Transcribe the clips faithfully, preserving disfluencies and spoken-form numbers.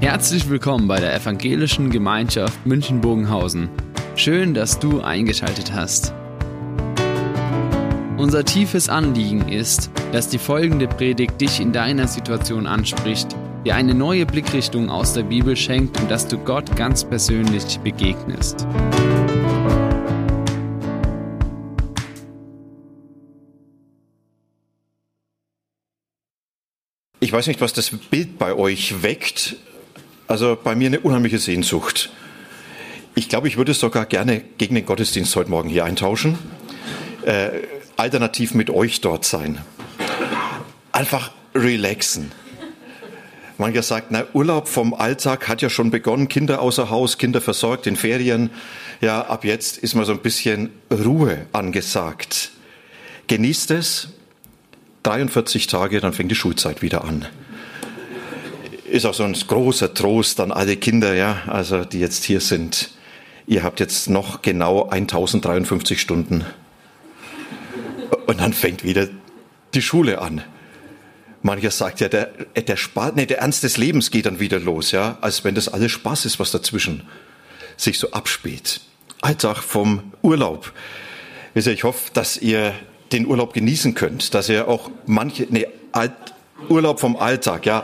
Herzlich willkommen bei der Evangelischen Gemeinschaft München-Bogenhausen. Schön, dass du eingeschaltet hast. Unser tiefes Anliegen ist, dass die folgende Predigt dich in deiner Situation anspricht, dir eine neue Blickrichtung aus der Bibel schenkt und dass du Gott ganz persönlich begegnest. Ich weiß nicht, was das Bild bei euch weckt. Also bei mir eine unheimliche Sehnsucht. Ich glaube, ich würde sogar gerne gegen den Gottesdienst heute Morgen hier eintauschen. Äh, alternativ mit euch dort sein. Einfach relaxen. Mancher sagt, na, Urlaub vom Alltag hat ja schon begonnen. Kinder außer Haus, Kinder versorgt in Ferien. Ja, ab jetzt ist mal so ein bisschen Ruhe angesagt. Genießt es. dreiundvierzig Tage, dann fängt die Schulzeit wieder an. Ist auch so ein großer Trost an alle Kinder, ja, also die jetzt hier sind. Ihr habt jetzt noch genau tausenddreiundfünfzig Stunden. Und dann fängt wieder die Schule an. Mancher sagt ja, der, der, Spaß, nee, der Ernst des Lebens geht dann wieder los, ja, als wenn das alles Spaß ist, was dazwischen sich so abspielt. Alltag vom Urlaub. Ich hoffe, dass ihr den Urlaub genießen könnt, dass ihr auch manche, nee, Alt, Urlaub vom Alltag, ja,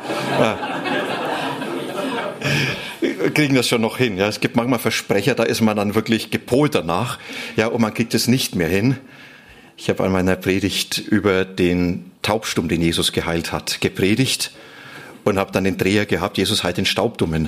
äh, kriegen das schon noch hin, ja. Es gibt manchmal Versprecher, da ist man dann wirklich gepolt danach, ja, und man kriegt es nicht mehr hin. Ich habe an meiner Predigt über den Taubstumm, den Jesus geheilt hat, gepredigt und habe dann den Dreher gehabt, Jesus heilt den Staubdummen.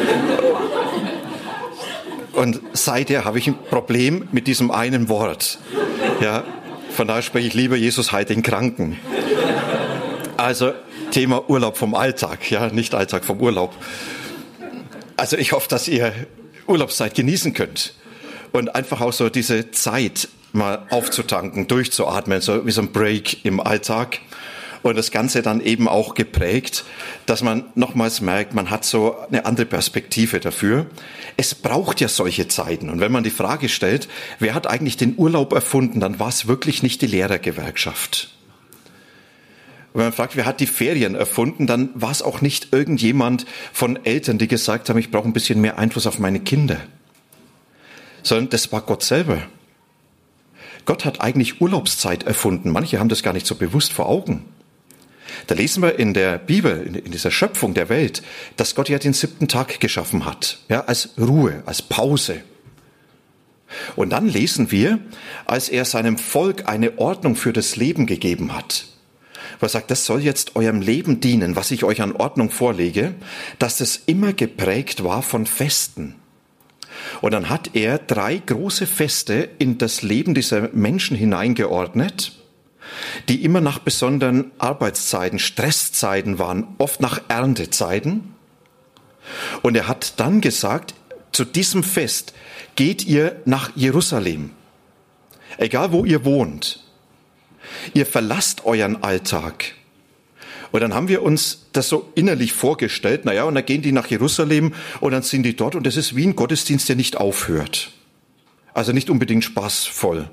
Und seither habe ich ein Problem mit diesem einen Wort, ja. Von daher spreche ich lieber, Jesus heilt den Kranken. Also Thema Urlaub vom Alltag, ja, nicht Alltag vom Urlaub. Also ich hoffe, dass ihr Urlaubszeit genießen könnt und einfach auch so diese Zeit mal aufzutanken, durchzuatmen, so wie so ein Break im Alltag. Und das Ganze dann eben auch geprägt, dass man nochmals merkt, man hat so eine andere Perspektive dafür. Es braucht ja solche Zeiten. Und wenn man die Frage stellt, wer hat eigentlich den Urlaub erfunden, dann war es wirklich nicht die Lehrergewerkschaft. Und wenn man fragt, wer hat die Ferien erfunden, dann war es auch nicht irgendjemand von Eltern, die gesagt haben, ich brauche ein bisschen mehr Einfluss auf meine Kinder. Sondern das war Gott selber. Gott hat eigentlich Urlaubszeit erfunden. Manche haben das gar nicht so bewusst vor Augen. Da lesen wir in der Bibel, in dieser Schöpfung der Welt, dass Gott ja den siebten Tag geschaffen hat, ja, als Ruhe, als Pause. Und dann lesen wir, als er seinem Volk eine Ordnung für das Leben gegeben hat, wo er sagt, das soll jetzt eurem Leben dienen, was ich euch an Ordnung vorlege, dass es immer geprägt war von Festen. Und dann hat er drei große Feste in das Leben dieser Menschen hineingeordnet, die immer nach besonderen Arbeitszeiten, Stresszeiten waren, oft nach Erntezeiten. Und er hat dann gesagt, zu diesem Fest geht ihr nach Jerusalem, egal wo ihr wohnt. Ihr verlasst euren Alltag. Und dann haben wir uns das so innerlich vorgestellt, naja, und dann gehen die nach Jerusalem und dann sind die dort und das ist wie ein Gottesdienst, der nicht aufhört. Also nicht unbedingt spaßvoll.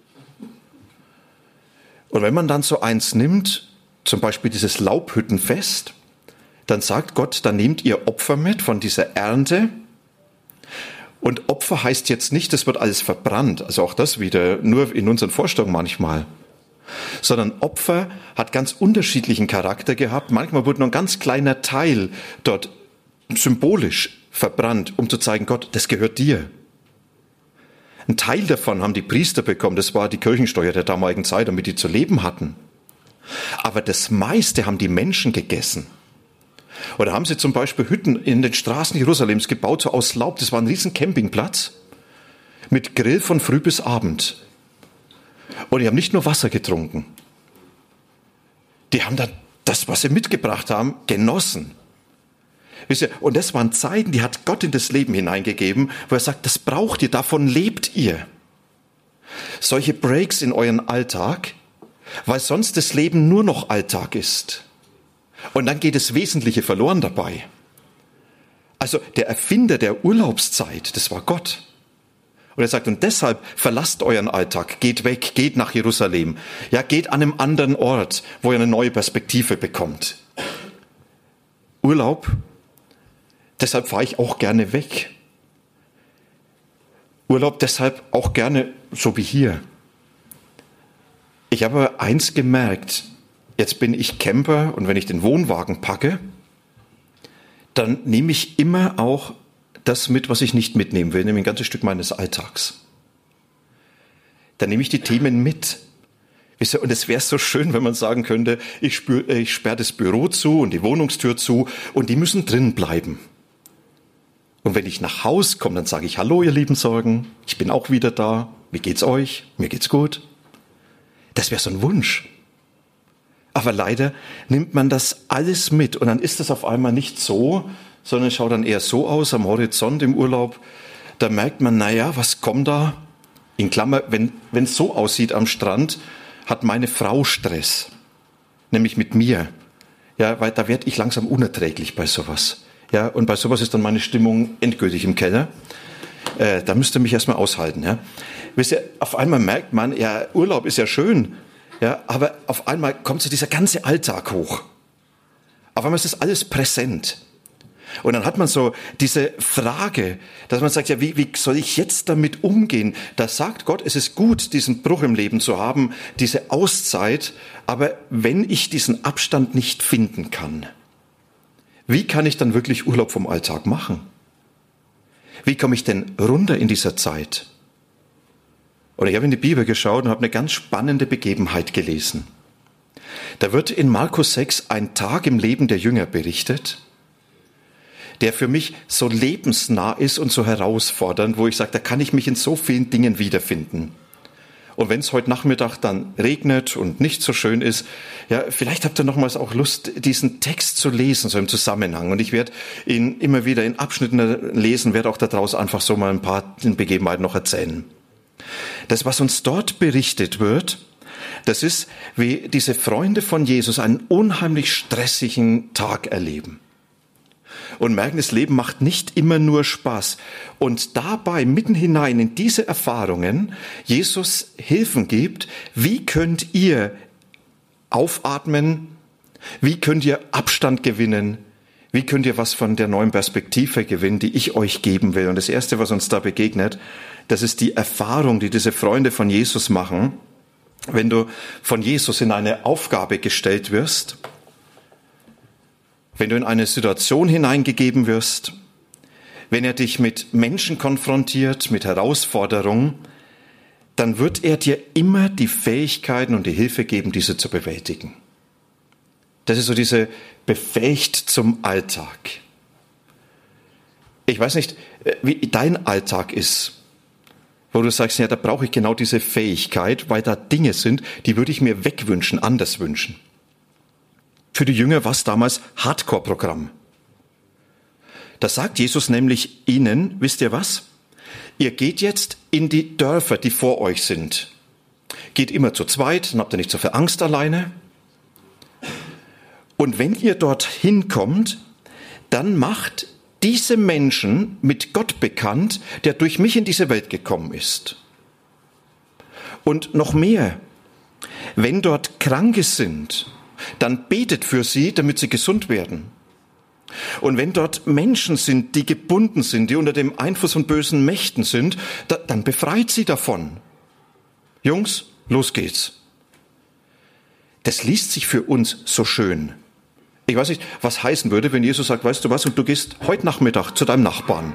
Und wenn man dann so eins nimmt, zum Beispiel dieses Laubhüttenfest, dann sagt Gott, dann nehmt ihr Opfer mit von dieser Ernte. Und Opfer heißt jetzt nicht, das wird alles verbrannt, also auch das wieder nur in unseren Vorstellungen manchmal. Sondern Opfer hat ganz unterschiedlichen Charakter gehabt. Manchmal wurde nur ein ganz kleiner Teil dort symbolisch verbrannt, um zu zeigen, Gott, das gehört dir. Ein Teil davon haben die Priester bekommen, das war die Kirchensteuer der damaligen Zeit, damit die zu leben hatten. Aber das meiste haben die Menschen gegessen. Oder haben sie zum Beispiel Hütten in den Straßen Jerusalems gebaut, so aus Laub, das war ein riesen Campingplatz, mit Grill von früh bis Abend. Und die haben nicht nur Wasser getrunken. Die haben dann das, was sie mitgebracht haben, genossen. Wisst ihr, und das waren Zeiten, die hat Gott in das Leben hineingegeben, wo er sagt, das braucht ihr, davon lebt ihr. Solche Breaks in euren Alltag, weil sonst das Leben nur noch Alltag ist. Und dann geht das Wesentliche verloren dabei. Also der Erfinder der Urlaubszeit, das war Gott. Und er sagt, und deshalb verlasst euren Alltag, geht weg, geht nach Jerusalem. Ja, geht an einem anderen Ort, wo ihr eine neue Perspektive bekommt. Urlaub Deshalb fahre ich auch gerne weg. Urlaub deshalb auch gerne so wie hier. Ich habe aber eins gemerkt, jetzt bin ich Camper und wenn ich den Wohnwagen packe, dann nehme ich immer auch das mit, was ich nicht mitnehmen will, nämlich ein ganzes Stück meines Alltags. Dann nehme ich die Themen mit. Und es wäre so schön, wenn man sagen könnte, ich, spür, ich sperre das Büro zu und die Wohnungstür zu und die müssen drin bleiben. Und wenn ich nach Haus komme, dann sage ich, hallo ihr lieben Sorgen, ich bin auch wieder da, wie geht's euch? Mir geht's gut. Das wäre so ein Wunsch. Aber leider nimmt man das alles mit und dann ist das auf einmal nicht so, sondern es schaut dann eher so aus am Horizont im Urlaub. Da merkt man, naja, was kommt da? In Klammer, wenn wenn es so aussieht am Strand, hat meine Frau Stress, nämlich mit mir. Ja, weil da werde ich langsam unerträglich bei sowas. Ja, und bei sowas ist dann meine Stimmung endgültig im Keller. Äh, da müsst ihr mich erstmal aushalten. Ja. Wisst ihr, auf einmal merkt man, ja, Urlaub ist ja schön, ja, aber auf einmal kommt so dieser ganze Alltag hoch. Auf einmal ist das alles präsent. Und dann hat man so diese Frage, dass man sagt, ja, wie, wie soll ich jetzt damit umgehen? Da sagt Gott, es ist gut, diesen Bruch im Leben zu haben, diese Auszeit, aber wenn ich diesen Abstand nicht finden kann, wie kann ich dann wirklich Urlaub vom Alltag machen? Wie komme ich denn runter in dieser Zeit? Und ich habe in die Bibel geschaut und habe eine ganz spannende Begebenheit gelesen. Da wird in Markus sechs ein Tag im Leben der Jünger berichtet, der für mich so lebensnah ist und so herausfordernd, wo ich sage, da kann ich mich in so vielen Dingen wiederfinden. Und wenn es heute Nachmittag dann regnet und nicht so schön ist, ja, vielleicht habt ihr nochmals auch Lust, diesen Text zu lesen, so im Zusammenhang. Und ich werde ihn immer wieder in Abschnitten lesen, werde auch daraus einfach so mal ein paar Begebenheiten noch erzählen. Das, was uns dort berichtet wird, das ist, wie diese Freunde von Jesus einen unheimlich stressigen Tag erleben. Und merken, das Leben macht nicht immer nur Spaß. Und dabei mitten hinein in diese Erfahrungen Jesus Hilfen gibt, wie könnt ihr aufatmen, wie könnt ihr Abstand gewinnen, wie könnt ihr was von der neuen Perspektive gewinnen, die ich euch geben will. Und das Erste, was uns da begegnet, das ist die Erfahrung, die diese Freunde von Jesus machen, wenn du von Jesus in eine Aufgabe gestellt wirst, wenn du in eine Situation hineingegeben wirst, wenn er dich mit Menschen konfrontiert, mit Herausforderungen, dann wird er dir immer die Fähigkeiten und die Hilfe geben, diese zu bewältigen. Das ist so diese befähigt zum Alltag. Ich weiß nicht, wie dein Alltag ist, wo du sagst, ja, da brauche ich genau diese Fähigkeit, weil da Dinge sind, die würde ich mir wegwünschen, anders wünschen. Für die Jünger war es damals Hardcore-Programm. Da sagt Jesus nämlich ihnen, wisst ihr was? Ihr geht jetzt in die Dörfer, die vor euch sind. Geht immer zu zweit, dann habt ihr nicht so viel Angst alleine. Und wenn ihr dorthin kommt, dann macht diese Menschen mit Gott bekannt, der durch mich in diese Welt gekommen ist. Und noch mehr, wenn dort Kranke sind, dann betet für sie, damit sie gesund werden. Und wenn dort Menschen sind, die gebunden sind, die unter dem Einfluss von bösen Mächten sind, da, dann befreit sie davon. Jungs, los geht's. Das liest sich für uns so schön. Ich weiß nicht, was heißen würde, wenn Jesus sagt, weißt du was, und du gehst heute Nachmittag zu deinem Nachbarn.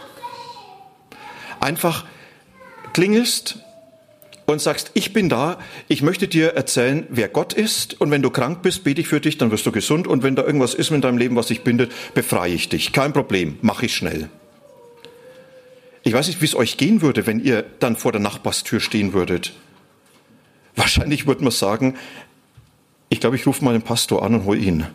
Einfach klingelst und sagst, ich bin da, ich möchte dir erzählen, wer Gott ist, und wenn du krank bist, bete ich für dich, dann wirst du gesund, und wenn da irgendwas ist in deinem Leben, was dich bindet, befreie ich dich. Kein Problem, mache ich schnell. Ich weiß nicht, wie es euch gehen würde, wenn ihr dann vor der Nachbarstür stehen würdet. Wahrscheinlich würde man sagen, ich glaube, ich rufe mal den Pastor an und hol ihn.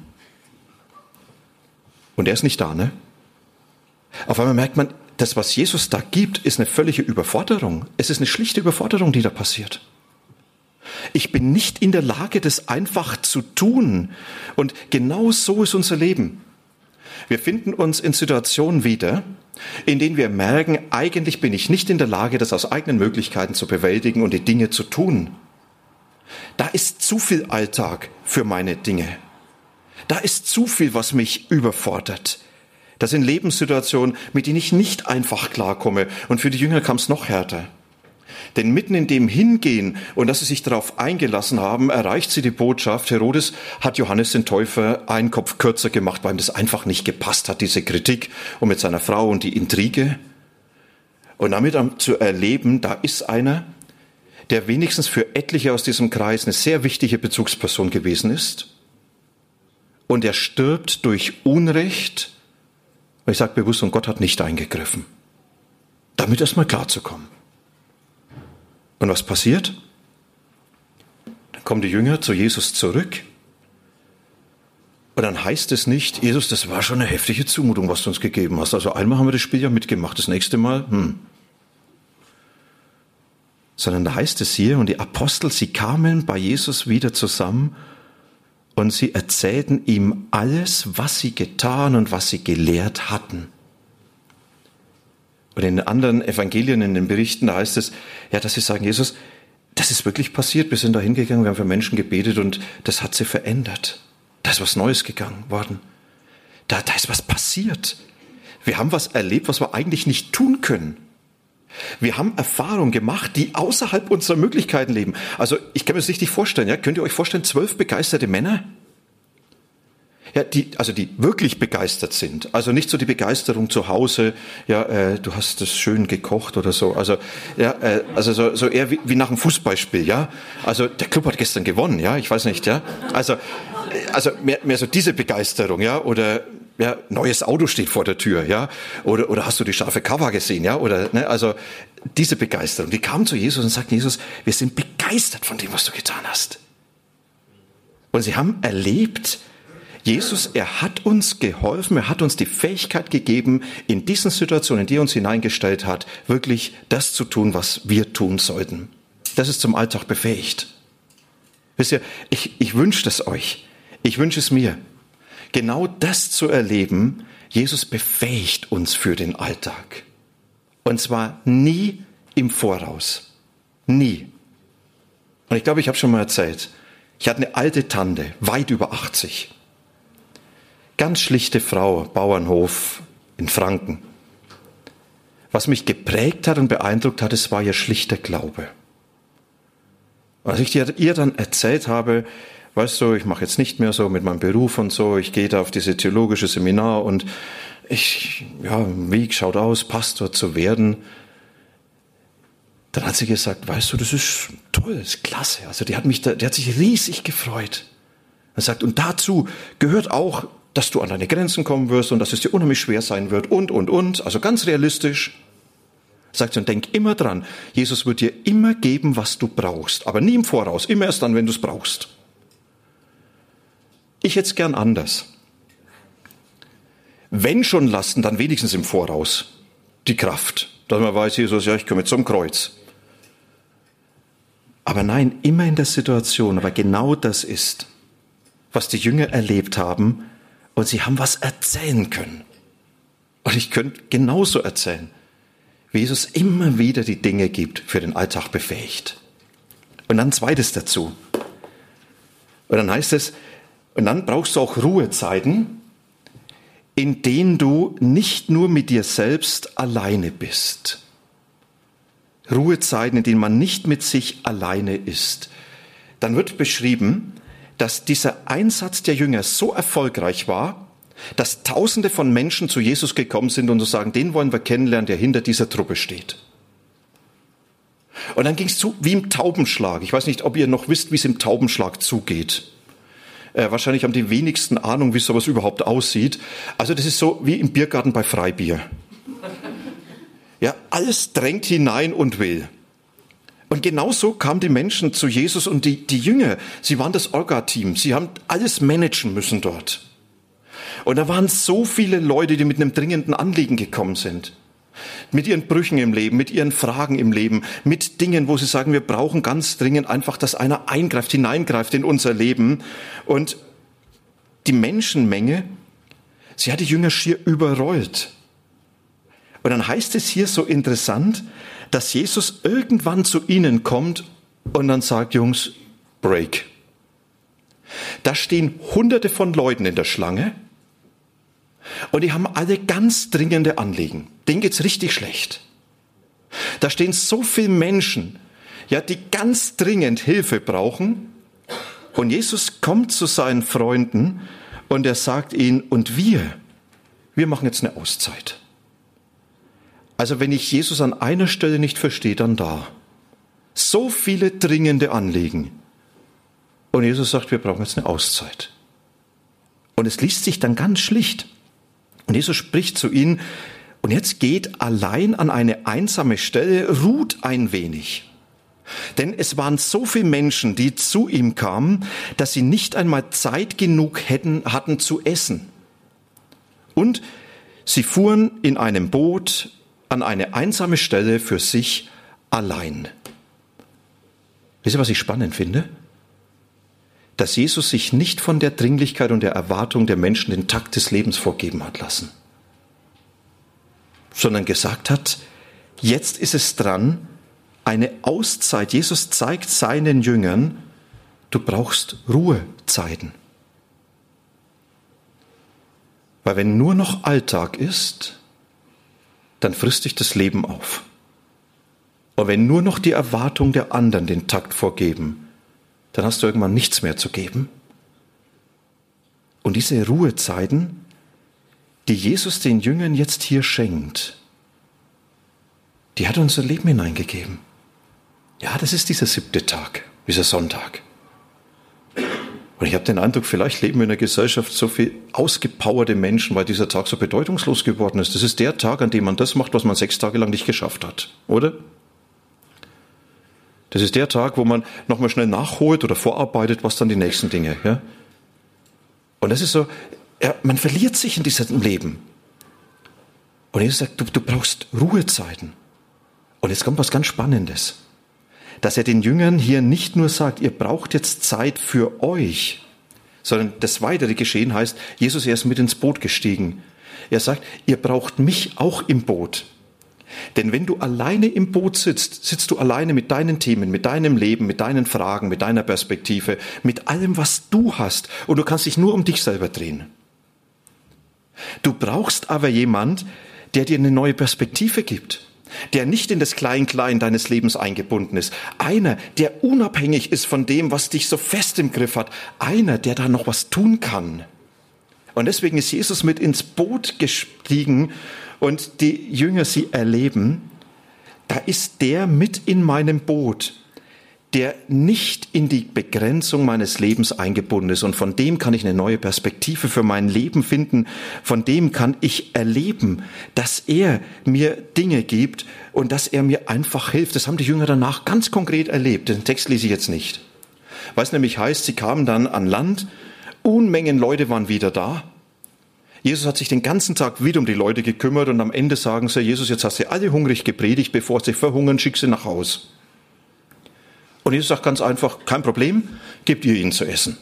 Und er ist nicht da, ne? Auf einmal merkt man, das, was Jesus da gibt, ist eine völlige Überforderung. Es ist eine schlichte Überforderung, die da passiert. Ich bin nicht in der Lage, das einfach zu tun. Und genau so ist unser Leben. Wir finden uns in Situationen wieder, in denen wir merken, eigentlich bin ich nicht in der Lage, das aus eigenen Möglichkeiten zu bewältigen und die Dinge zu tun. Da ist zu viel Alltag für meine Dinge. Da ist zu viel, was mich überfordert. Das sind Lebenssituationen, mit denen ich nicht einfach klarkomme. Und für die Jünger kam es noch härter. Denn mitten in dem Hingehen und dass sie sich darauf eingelassen haben, erreicht sie die Botschaft, Herodes hat Johannes den Täufer einen Kopf kürzer gemacht, weil ihm das einfach nicht gepasst hat, diese Kritik und mit seiner Frau und die Intrige. Und damit zu erleben, da ist einer, der wenigstens für etliche aus diesem Kreis eine sehr wichtige Bezugsperson gewesen ist. Und er stirbt durch Unrecht. Und ich sage bewusst, und Gott hat nicht eingegriffen. Damit erstmal klarzukommen. Und was passiert? Dann kommen die Jünger zu Jesus zurück. Und dann heißt es nicht, Jesus, das war schon eine heftige Zumutung, was du uns gegeben hast. Also einmal haben wir das Spiel ja mitgemacht, das nächste Mal, hm. Sondern da heißt es hier, und die Apostel, sie kamen bei Jesus wieder zusammen und sie erzählten ihm alles, was sie getan und was sie gelehrt hatten. Und in den anderen Evangelien, in den Berichten, da heißt es, ja, dass sie sagen, Jesus, das ist wirklich passiert. Wir sind da hingegangen, wir haben für Menschen gebetet und das hat sie verändert. Da ist was Neues gegangen worden. Da, da ist was passiert. Wir haben was erlebt, was wir eigentlich nicht tun können. Wir haben Erfahrungen gemacht, die außerhalb unserer Möglichkeiten leben. Also ich kann mir das richtig vorstellen. Ja? Könnt ihr euch vorstellen, zwölf begeisterte Männer? Ja, die, also die wirklich begeistert sind. Also nicht so die Begeisterung zu Hause, ja, äh, du hast das schön gekocht oder so. Also, ja, äh, also so, so eher wie, wie nach einem Fußballspiel, ja. Also der Club hat gestern gewonnen, ja, ich weiß nicht, ja. Also, also mehr, mehr so diese Begeisterung, ja, oder ja, neues Auto steht vor der Tür, ja, oder oder hast du die scharfe Cover gesehen, ja, oder ne, also diese Begeisterung. Die kamen zu Jesus und sagten, Jesus, wir sind begeistert von dem, was du getan hast. Und sie haben erlebt, Jesus, er hat uns geholfen, er hat uns die Fähigkeit gegeben, in diesen Situationen, in die er uns hineingestellt hat, wirklich das zu tun, was wir tun sollten. Das ist zum Alltag befähigt. Wisst ihr, ich, ich wünsche es euch, ich wünsche es mir, genau das zu erleben. Jesus befähigt uns für den Alltag. Und zwar nie im Voraus. Nie. Und ich glaube, ich habe schon mal erzählt, ich hatte eine alte Tante, weit über achtzig. Ganz schlichte Frau, Bauernhof in Franken. Was mich geprägt hat und beeindruckt hat, es war ihr schlichter Glaube. Als ich ihr dann erzählt habe, weißt du, ich mache jetzt nicht mehr so mit meinem Beruf und so, ich gehe da auf diese theologische Seminar und ich, ja, Weg schaut aus, Pastor zu werden. Dann hat sie gesagt, weißt du, das ist toll, das ist klasse. Also die hat mich, da, die hat sich riesig gefreut. Er sagt, und dazu gehört auch, dass du an deine Grenzen kommen wirst und dass es dir unheimlich schwer sein wird und, und, und. Also ganz realistisch. Sagt sie, und denk immer dran, Jesus wird dir immer geben, was du brauchst. Aber nie im Voraus, immer erst dann, wenn du es brauchst. Ich hätte es gern anders. Wenn schon lassen, dann wenigstens im Voraus. Die Kraft. Dass man weiß, Jesus, ja, ich komme zum Kreuz. Aber nein, immer in der Situation. Aber genau das ist, was die Jünger erlebt haben. Und sie haben was erzählen können. Und ich könnte genauso erzählen, wie Jesus immer wieder die Dinge gibt, für den Alltag befähigt. Und dann zweites dazu. Und dann heißt es, und dann brauchst du auch Ruhezeiten, in denen du nicht nur mit dir selbst alleine bist. Ruhezeiten, in denen man nicht mit sich alleine ist. Dann wird beschrieben, dass dieser Einsatz der Jünger so erfolgreich war, dass Tausende von Menschen zu Jesus gekommen sind und so sagen, den wollen wir kennenlernen, der hinter dieser Truppe steht. Und dann ging es zu wie im Taubenschlag. Ich weiß nicht, ob ihr noch wisst, wie es im Taubenschlag zugeht. Äh, wahrscheinlich haben die wenigsten Ahnung, wie sowas überhaupt aussieht. Also das ist so wie im Biergarten bei Freibier. Ja, alles drängt hinein und will. Und genauso kamen die Menschen zu Jesus und die, die Jünger, sie waren das Orga-Team, sie haben alles managen müssen dort. Und da waren so viele Leute, die mit einem dringenden Anliegen gekommen sind. Mit ihren Brüchen im Leben, mit ihren Fragen im Leben, mit Dingen, wo sie sagen, wir brauchen ganz dringend einfach, dass einer eingreift, hineingreift in unser Leben. Und die Menschenmenge, sie hat die Jünger schier überrollt. Und dann heißt es hier so interessant, dass Jesus irgendwann zu ihnen kommt und dann sagt, Jungs, Break. Da stehen Hunderte von Leuten in der Schlange Und die haben alle ganz dringende Anliegen. Denen geht's richtig schlecht. Da stehen so viele Menschen, ja, die ganz dringend Hilfe brauchen. Und Jesus kommt zu seinen Freunden und er sagt ihnen, und wir, wir machen jetzt eine Auszeit. Also wenn ich Jesus an einer Stelle nicht verstehe, dann da. So viele dringende Anliegen. Und Jesus sagt, wir brauchen jetzt eine Auszeit. Und es liest sich dann ganz schlicht. Und Jesus spricht zu ihnen, und jetzt geht allein an eine einsame Stelle, ruht ein wenig. Denn es waren so viele Menschen, die zu ihm kamen, dass sie nicht einmal Zeit genug hätten, hatten zu essen. Und sie fuhren in einem Boot an eine einsame Stelle für sich allein. Wisst ihr, was ich spannend finde? Dass Jesus sich nicht von der Dringlichkeit und der Erwartung der Menschen den Takt des Lebens vorgeben hat lassen, sondern gesagt hat, jetzt ist es dran, eine Auszeit. Jesus zeigt seinen Jüngern, du brauchst Ruhezeiten. Weil wenn nur noch Alltag ist, dann frisst dich das Leben auf. Und wenn nur noch die Erwartung der anderen den Takt vorgeben, dann hast du irgendwann nichts mehr zu geben. Und diese Ruhezeiten, die Jesus den Jüngern jetzt hier schenkt, die hat unser Leben hineingegeben. Ja, das ist dieser siebte Tag, dieser Sonntag. Und ich habe den Eindruck, vielleicht leben wir in einer Gesellschaft so viel ausgepowerte Menschen, weil dieser Tag so bedeutungslos geworden ist. Das ist der Tag, an dem man das macht, was man sechs Tage lang nicht geschafft hat, oder? Das ist der Tag, wo man nochmal schnell nachholt oder vorarbeitet, was dann die nächsten Dinge. Ja? Und das ist so, ja, man verliert sich in diesem Leben. Und Jesus sagt, du, du brauchst Ruhezeiten. Und jetzt kommt was ganz Spannendes. Dass er den Jüngern hier nicht nur sagt, ihr braucht jetzt Zeit für euch, sondern das weitere Geschehen heißt, Jesus er ist mit ins Boot gestiegen. Er sagt, ihr braucht mich auch im Boot. Denn wenn du alleine im Boot sitzt, sitzt du alleine mit deinen Themen, mit deinem Leben, mit deinen Fragen, mit deiner Perspektive, mit allem, was du hast. Und du kannst dich nur um dich selber drehen. Du brauchst aber jemand, der dir eine neue Perspektive gibt, der nicht in das Klein-Klein deines Lebens eingebunden ist. Einer, der unabhängig ist von dem, was dich so fest im Griff hat. Einer, der da noch was tun kann. Und deswegen ist Jesus mit ins Boot gestiegen und die Jünger sie erleben, da ist der mit in meinem Boot, der nicht in die Begrenzung meines Lebens eingebunden ist. Und von dem kann ich eine neue Perspektive für mein Leben finden. Von dem kann ich erleben, dass er mir Dinge gibt und dass er mir einfach hilft. Das haben die Jünger danach ganz konkret erlebt. Den Text lese ich jetzt nicht. Weil es nämlich heißt, sie kamen dann an Land, Unmengen Leute waren wieder da. Jesus hat sich den ganzen Tag wieder um die Leute gekümmert und am Ende sagen sie, Jesus, jetzt hast du alle hungrig gepredigt, bevor sie verhungern, schick sie nach Haus. Und Jesus sagt ganz einfach, kein Problem, gebt ihr ihnen zu essen.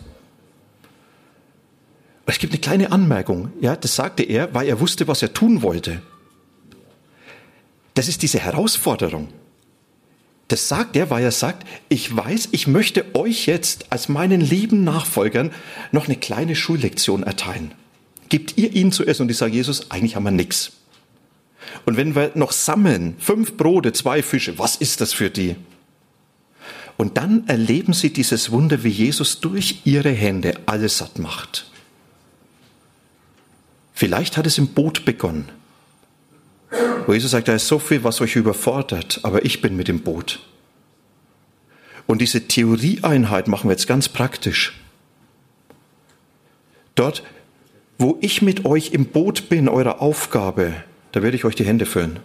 Es gibt eine kleine Anmerkung, ja, das sagte er, weil er wusste, was er tun wollte. Das ist diese Herausforderung. Das sagt er, weil er sagt, ich weiß, ich möchte euch jetzt als meinen lieben Nachfolgern noch eine kleine Schullektion erteilen. Gebt ihr ihnen zu essen? Und ich sage, Jesus, eigentlich haben wir nichts. Und wenn wir noch sammeln, fünf Brote, zwei Fische, was ist das für die? Und dann erleben sie dieses Wunder, wie Jesus durch ihre Hände alles satt macht. Vielleicht hat es im Boot begonnen, wo Jesus sagt, da ist so viel, was euch überfordert, aber ich bin mit im Boot. Und diese Theorieeinheit machen wir jetzt ganz praktisch. Dort, wo ich mit euch im Boot bin, eure Aufgabe, da werde ich euch die Hände füllen.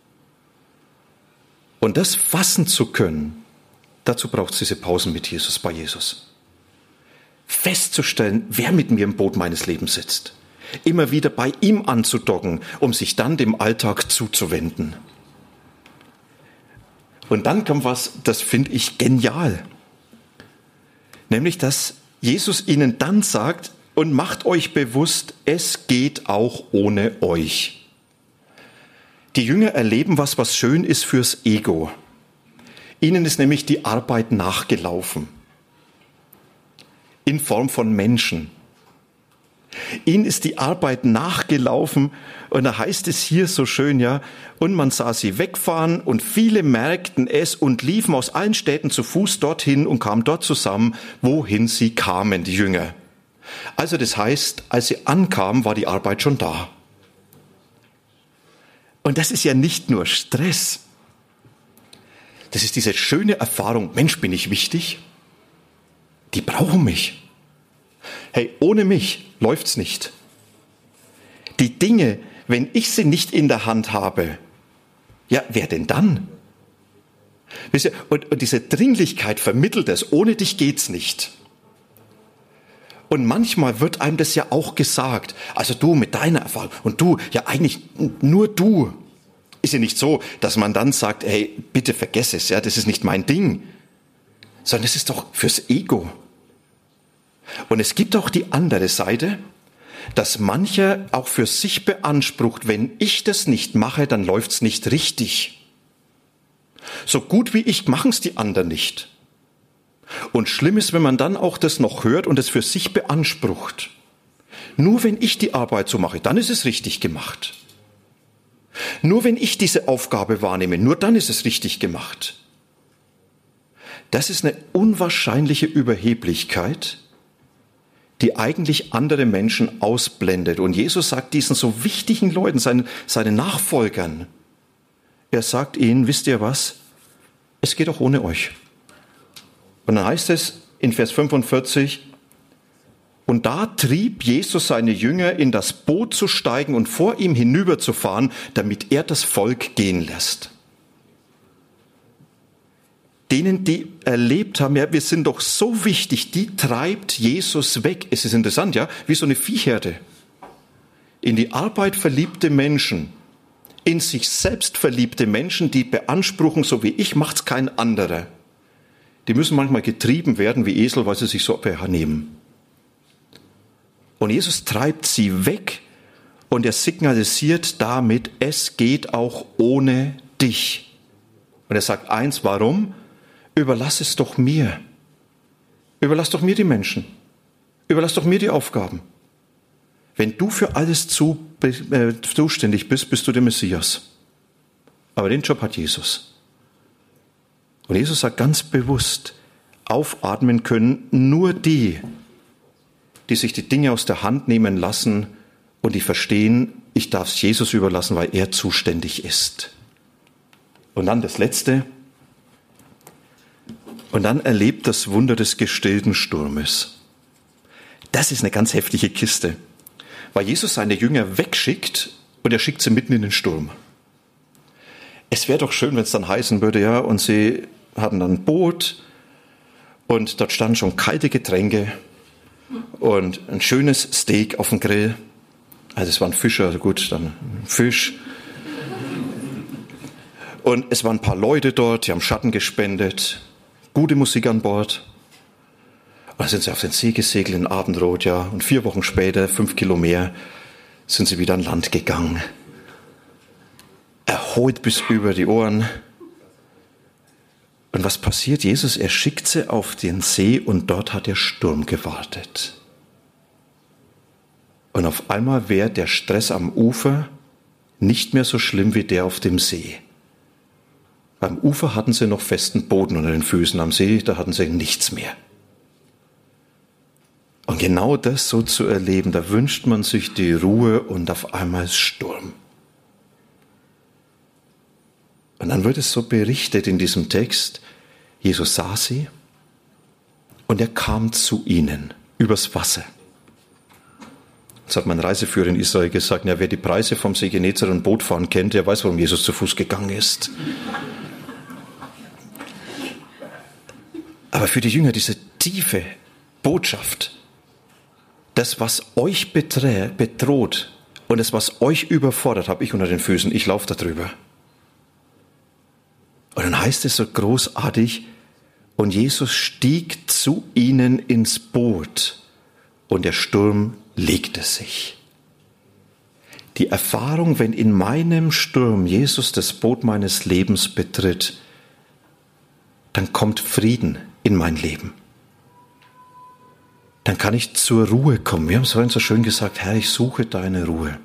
Und das fassen zu können, dazu braucht es diese Pausen mit Jesus, bei Jesus. Festzustellen, wer mit mir im Boot meines Lebens sitzt. Immer wieder bei ihm anzudocken, um sich dann dem Alltag zuzuwenden. Und dann kommt was, das finde ich genial. Nämlich, dass Jesus ihnen dann sagt, und macht euch bewusst, es geht auch ohne euch. Die Jünger erleben was, was schön ist fürs Ego. Ihnen ist nämlich die Arbeit nachgelaufen. In Form von Menschen. Ihnen ist die Arbeit nachgelaufen und da heißt es hier so schön, ja, und man sah sie wegfahren und viele merkten es und liefen aus allen Städten zu Fuß dorthin und kamen dort zusammen, wohin sie kamen, die Jünger. Also das heißt, als sie ankamen, war die Arbeit schon da. Und das ist ja nicht nur Stress. Das ist diese schöne Erfahrung, Mensch, bin ich wichtig? Die brauchen mich. Hey, ohne mich läuft's nicht. Die Dinge, wenn ich sie nicht in der Hand habe, ja, wer denn dann? Und, und diese Dringlichkeit vermittelt es, ohne dich geht's nicht. Und manchmal wird einem das ja auch gesagt, also du mit deiner Erfahrung und du, ja eigentlich nur du. Ist ja nicht so, dass man dann sagt, hey, bitte vergess es, ja, das ist nicht mein Ding, sondern es ist doch fürs Ego. Und es gibt auch die andere Seite, dass mancher auch für sich beansprucht, wenn ich das nicht mache, dann läuft's nicht richtig. So gut wie ich machen's die anderen nicht. Und schlimm ist, wenn man dann auch das noch hört und es für sich beansprucht. Nur wenn ich die Arbeit so mache, dann ist es richtig gemacht. Nur wenn ich diese Aufgabe wahrnehme, nur dann ist es richtig gemacht. Das ist eine unwahrscheinliche Überheblichkeit, die eigentlich andere Menschen ausblendet. Und Jesus sagt diesen so wichtigen Leuten, seinen, seinen Nachfolgern, er sagt ihnen, wisst ihr was, es geht auch ohne euch. Und dann heißt es in Vers fünfundvierzig, und da trieb Jesus seine Jünger, in das Boot zu steigen und vor ihm hinüberzufahren, damit er das Volk gehen lässt. Denen, die erlebt haben, ja, wir sind doch so wichtig, die treibt Jesus weg. Es ist interessant, ja, wie so eine Viehherde. In die Arbeit verliebte Menschen, in sich selbst verliebte Menschen, die beanspruchen, so wie ich, macht's kein anderer. Die müssen manchmal getrieben werden wie Esel, weil sie sich so nehmen. Und Jesus treibt sie weg und er signalisiert damit, es geht auch ohne dich. Und er sagt eins, warum? Überlass es doch mir. Überlass doch mir die Menschen. Überlass doch mir die Aufgaben. Wenn du für alles zu, äh, zuständig bist, bist du der Messias. Aber den Job hat Jesus. Und Jesus sagt ganz bewusst, aufatmen können nur die, die sich die Dinge aus der Hand nehmen lassen und die verstehen, ich darf es Jesus überlassen, weil er zuständig ist. Und dann das Letzte. Und dann erlebt das Wunder des gestillten Sturmes. Das ist eine ganz heftige Kiste, weil Jesus seine Jünger wegschickt und er schickt sie mitten in den Sturm. Es wäre doch schön, wenn es dann heißen würde, ja, und sie hatten dann ein Boot und dort standen schon kalte Getränke und ein schönes Steak auf dem Grill. Also es waren Fische, also gut, dann Fisch. Und es waren ein paar Leute dort, die haben Schatten gespendet, gute Musik an Bord. Und dann sind sie auf den See gesegelt in Abendrot, ja. Und vier Wochen später, fünf Kilo mehr, sind sie wieder an Land gegangen. Erholt bis über die Ohren. Und was passiert? Jesus, er schickt sie auf den See und dort hat der Sturm gewartet. Und auf einmal wäre der Stress am Ufer nicht mehr so schlimm wie der auf dem See. Am Ufer hatten sie noch festen Boden unter den Füßen, am See, da hatten sie nichts mehr. Und genau das so zu erleben, da wünscht man sich die Ruhe und auf einmal ist Sturm. Und dann wird es so berichtet in diesem Text, Jesus sah sie und er kam zu ihnen übers Wasser. Jetzt hat mein Reiseführer in Israel gesagt, ja, wer die Preise vom See Genezareth und Bootfahren kennt, der weiß, warum Jesus zu Fuß gegangen ist. Aber für die Jünger diese tiefe Botschaft, das, was euch beträ- bedroht und das, was euch überfordert, habe ich unter den Füßen, ich laufe da drüber. Und dann heißt es so großartig, und Jesus stieg zu ihnen ins Boot und der Sturm legte sich. Die Erfahrung, wenn in meinem Sturm Jesus das Boot meines Lebens betritt, dann kommt Frieden in mein Leben. dann kann ich zur Ruhe kommen. Wir haben es vorhin so schön gesagt, Herr, ich suche deine Ruhe.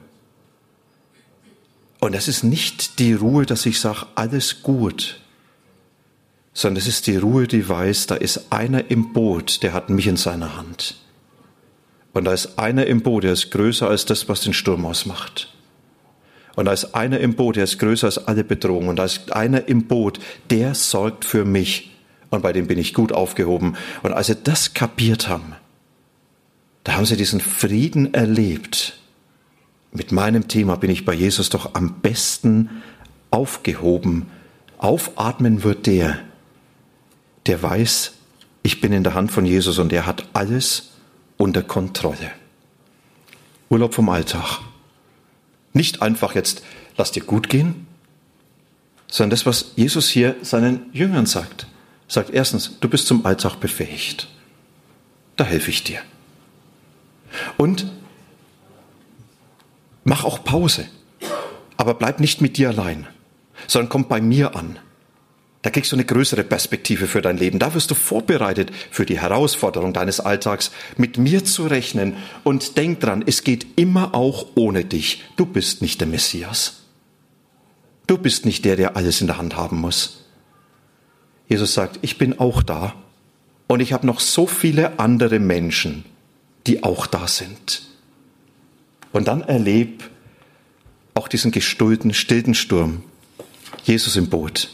Und das ist nicht die Ruhe, dass ich sage, alles gut, sondern es ist die Ruhe, die weiß, da ist einer im Boot, der hat mich in seiner Hand. Und da ist einer im Boot, der ist größer als das, was den Sturm ausmacht. Und da ist einer im Boot, der ist größer als alle Bedrohungen. Und da ist einer im Boot, der sorgt für mich. Und bei dem bin ich gut aufgehoben. Und als sie das kapiert haben, da haben sie diesen Frieden erlebt. Mit meinem Thema bin ich bei Jesus doch am besten aufgehoben. Aufatmen wird der, der weiß, ich bin in der Hand von Jesus und er hat alles unter Kontrolle. Urlaub vom Alltag. Nicht einfach jetzt, lass dir gut gehen, sondern das, was Jesus hier seinen Jüngern sagt. Sagt erstens, du bist zum Alltag befähigt. Da helfe ich dir. Und mach auch Pause, aber bleib nicht mit dir allein, sondern komm bei mir an. Da kriegst du eine größere Perspektive für dein Leben. Da wirst du vorbereitet für die Herausforderung deines Alltags, mit mir zu rechnen. Und denk dran, es geht immer auch ohne dich. Du bist nicht der Messias. Du bist nicht der, der alles in der Hand haben muss. Jesus sagt, ich bin auch da. Und ich habe noch so viele andere Menschen, die auch da sind. Und dann erleb auch diesen gestuhlten, stillten Sturm. Jesus im Boot.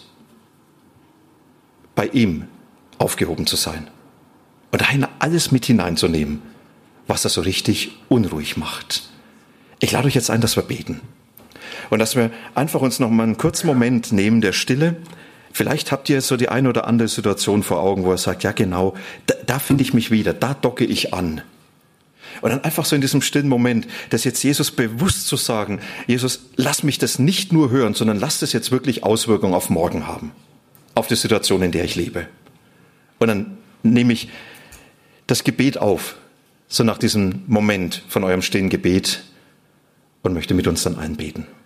Bei ihm aufgehoben zu sein. Und dahin alles mit hineinzunehmen, was er so richtig unruhig macht. Ich lade euch jetzt ein, dass wir beten. Und dass wir einfach uns noch mal einen kurzen Moment nehmen der Stille. Vielleicht habt ihr so die eine oder andere Situation vor Augen, wo er sagt, ja genau, da, da finde ich mich wieder, da docke ich an. Und dann einfach so in diesem stillen Moment, das jetzt Jesus bewusst zu sagen, Jesus, lass mich das nicht nur hören, sondern lass das jetzt wirklich Auswirkungen auf morgen haben. Auf die Situation, in der ich lebe. Und dann nehme ich das Gebet auf, so nach diesem Moment von eurem stillen Gebet und möchte mit uns dann einbeten.